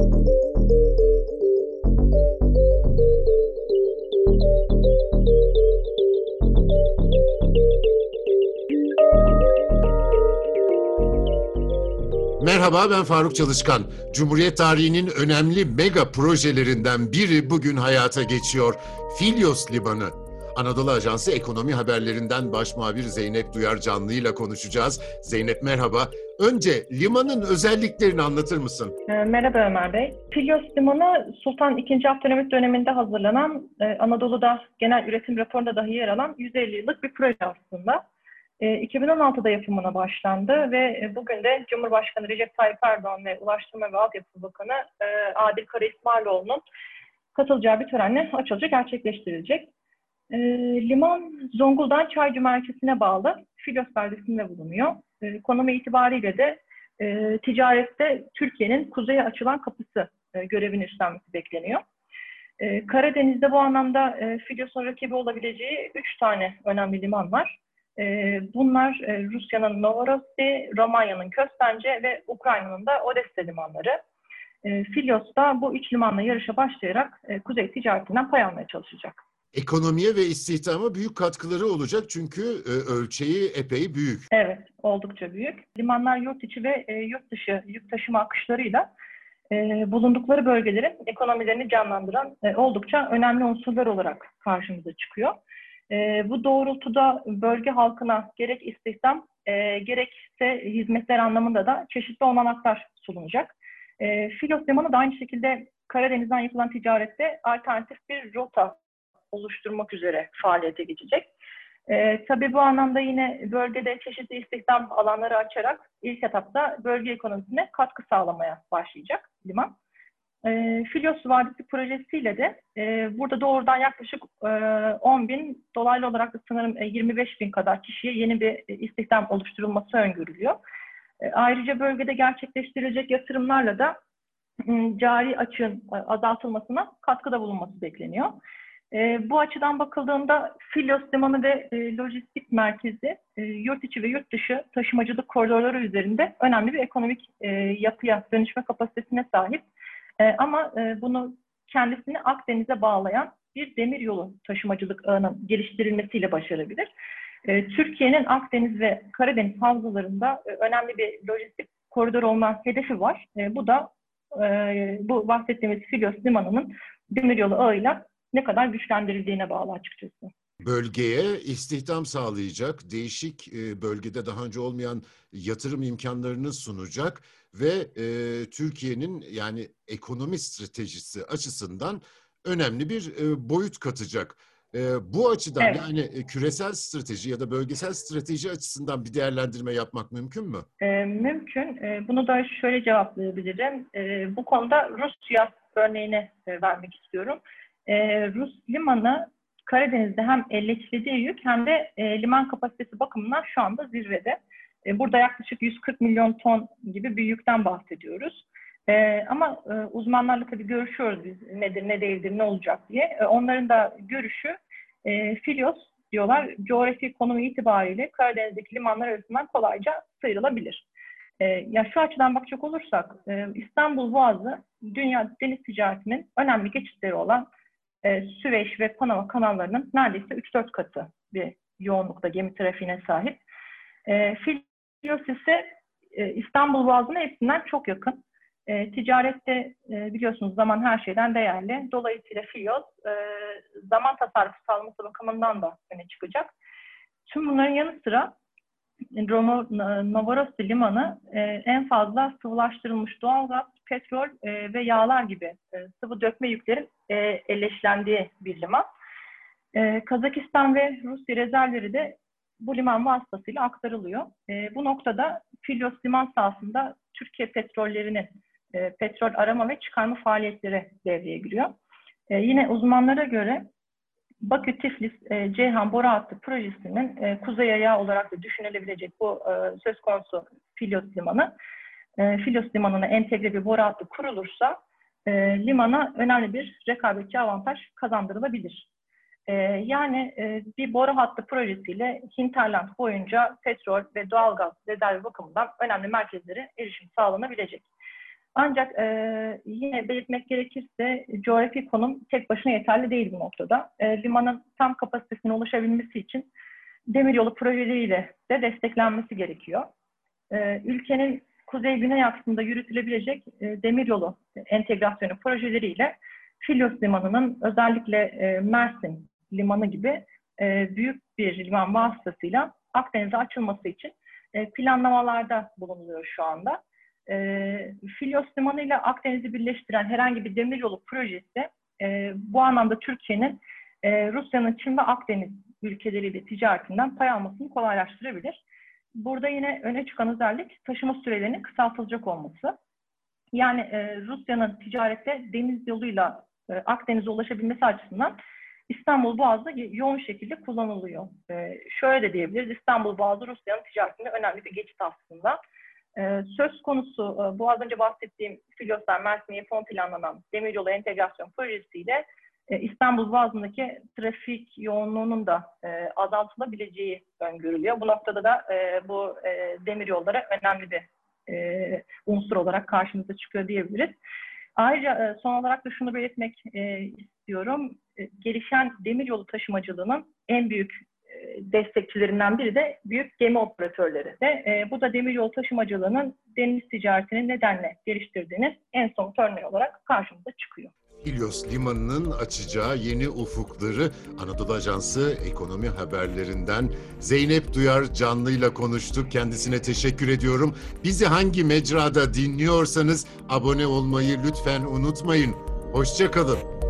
Merhaba, ben Faruk Çalışkan. Cumhuriyet tarihinin önemli mega projelerinden biri bugün hayata geçiyor. Filyos Limanı. Anadolu Ajansı Ekonomi Haberlerinden başmuhabir Zeynep Duyar Canlı ile konuşacağız. Zeynep merhaba. Önce limanın özelliklerini anlatır mısın? Merhaba Ömer Bey. Filyos Limanı Sultan II. Abdülhamit döneminde hazırlanan, Anadolu'da genel üretim raporunda dahi yer alan 150 yıllık bir proje aslında. 2016'da yapımına başlandı ve bugün de Cumhurbaşkanı Recep Tayyip Erdoğan ve Ulaştırma ve Altyapı Bakanı Adil Kara İsmailoğlu'nun katılacağı bir törenle açılışı gerçekleştirilecek. Liman Zonguldak Çaycı merkezine bağlı Filyos beldesinde bulunuyor. Konumu itibariyle de ticarette Türkiye'nin kuzeye açılan kapısı görevini üstlenmesi bekleniyor. Karadeniz'de bu anlamda Filyos'un rakibi olabileceği 3 tane önemli liman var. Bunlar Rusya'nın Novorossiysk, Romanya'nın Köstence ve Ukrayna'nın da Odessa limanları. Filyos da bu 3 limanla yarışa başlayarak kuzey ticaretinden pay almaya çalışacak. Ekonomiye ve istihdama büyük katkıları olacak çünkü ölçeği epey büyük. Evet, oldukça büyük. Limanlar yurt içi ve yurt dışı yük taşıma akışlarıyla bulundukları bölgelerin ekonomilerini canlandıran oldukça önemli unsurlar olarak karşımıza çıkıyor. Bu doğrultuda bölge halkına gerek istihdam gerekse hizmetler anlamında da çeşitli olanaklar sunulacak. Filyos Limanı da aynı şekilde Karadeniz'den yapılan ticarette alternatif bir rota oluşturmak üzere faaliyete geçecek. Tabii bu anlamda yine bölgede çeşitli istihdam alanları açarak ilk etapta bölge ekonomisine katkı sağlamaya başlayacak liman. Filyos Vadisi projesiyle de burada doğrudan yaklaşık 10 bin, dolaylı olarak da sanırım 25 bin kadar kişiye yeni bir istihdam oluşturulması öngörülüyor. Ayrıca bölgede gerçekleştirilecek yatırımlarla da cari açığın azaltılmasına katkıda bulunması bekleniyor. Bu açıdan bakıldığında Filyos Limanı ve lojistik merkezi yurt içi ve yurt dışı taşımacılık koridorları üzerinde önemli bir ekonomik yapıya dönüşme kapasitesine sahip. Ama bunu kendisini Akdeniz'e bağlayan bir demiryolu taşımacılık ağının geliştirilmesiyle başarabilir. Türkiye'nin Akdeniz ve Karadeniz havzalarında önemli bir lojistik koridor olma hedefi var. Bu da bu bahsettiğimiz Filyos Limanı'nın demiryolu ağıyla ne kadar güçlendirildiğine bağlı açıkçası. Bölgeye istihdam sağlayacak, değişik bölgede daha önce olmayan yatırım imkanlarını sunacak ve Türkiye'nin yani ekonomi stratejisi açısından önemli bir boyut katacak. Bu açıdan Evet. yani küresel strateji ya da bölgesel strateji açısından bir değerlendirme yapmak mümkün mü? Mümkün. Bunu da şöyle cevaplayabilirim. Bu konuda Rusya örneğini vermek istiyorum. Rus limanı Karadeniz'de hem elleştirdiği yük hem de liman kapasitesi bakımından şu anda zirvede. Burada yaklaşık 140 milyon ton gibi bir yükten bahsediyoruz. Ama uzmanlarla tabii görüşüyoruz biz nedir, ne değildir, ne olacak diye. Onların da görüşü Filyos diyorlar, coğrafi konumu itibariyle Karadeniz'deki limanlar arasından kolayca sıyrılabilir. Ya şu açıdan bakacak olursak İstanbul Boğazı dünya deniz ticaretinin önemli geçitleri olan Süveyş ve Panama kanallarının neredeyse 3-4 katı bir yoğunlukta gemi trafiğine sahip. Filyos ise İstanbul Boğazı'na hepsinden çok yakın. Ticarette biliyorsunuz zaman her şeyden değerli. Dolayısıyla Filyos zaman tasarrufu sağlaması bakımından da öne çıkacak. Tüm bunların yanı sıra Novorossiysk limanı en fazla sıvılaştırılmış doğalgaz, petrol ve yağlar gibi sıvı dökme yüklerin elleşlendiği bir liman. Kazakistan ve Rusya rezervleri de bu liman vasıtasıyla aktarılıyor. Bu noktada Filyos liman sahasında Türkiye petrollerinin petrol arama ve çıkarma faaliyetleri devreye giriyor. Yine uzmanlara göre Bakü-Tiflis-Ceyhan boru hattı projesinin kuzey ayağı olarak da düşünülebilecek bu söz konusu Filyos Limanı. Filyos Limanı'na entegre bir boru hattı kurulursa limana önemli bir rekabetçi avantaj kazandırılabilir. Yani bir boru hattı projesiyle hinterland boyunca petrol ve doğalgaz rezervi bakımından önemli merkezlere erişim sağlanabilecek. Ancak yine belirtmek gerekirse coğrafi konum tek başına yeterli değil bu noktada. Limanın tam kapasitesine ulaşabilmesi için demiryolu projeleriyle de desteklenmesi gerekiyor. Ülkenin kuzey-güney aksında yürütülebilecek demiryolu entegrasyonu projeleriyle Filyos Limanı'nın özellikle Mersin Limanı gibi büyük bir liman vasıtasıyla Akdeniz'e açılması için planlamalarda bulunuluyor şu anda. Filyos Limanı ile Akdeniz'i birleştiren herhangi bir demiryolu projesi bu anlamda Türkiye'nin Rusya'nın Çin ve Akdeniz ülkeleriyle ticaretinden pay almasını kolaylaştırabilir. Burada yine öne çıkan özellik taşıma sürelerinin kısaltılacak olması. Yani Rusya'nın ticarette deniz yoluyla Akdeniz'e ulaşabilmesi açısından İstanbul Boğazı yoğun şekilde kullanılıyor. Şöyle de diyebiliriz, İstanbul Boğazı Rusya'nın ticaretinde önemli bir geçit aslında. Söz konusu bu az önce bahsettiğim Filyoslar Mersin'e fon planlanan demiryolu entegrasyon projesiyle İstanbul Boğazı'ndaki trafik yoğunluğunun da azaltılabileceği öngörülüyor. Bu noktada da bu demiryollara önemli bir unsur olarak karşımıza çıkıyor diyebiliriz. Ayrıca son olarak da şunu belirtmek istiyorum. Gelişen demiryolu taşımacılığının en büyük destekçilerinden biri de büyük gemi operatörleri. Bu da demiryolu taşımacılığının deniz ticaretini nedenle geliştirdiğini en somut örneği olarak karşımıza çıkıyor. Filyos Limanı'nın açacağı yeni ufukları Anadolu Ajansı ekonomi haberlerinden Zeynep Duyar Canlı'yla konuştuk. Kendisine teşekkür ediyorum. Bizi hangi mecrada dinliyorsanız abone olmayı lütfen unutmayın. Hoşça kalın.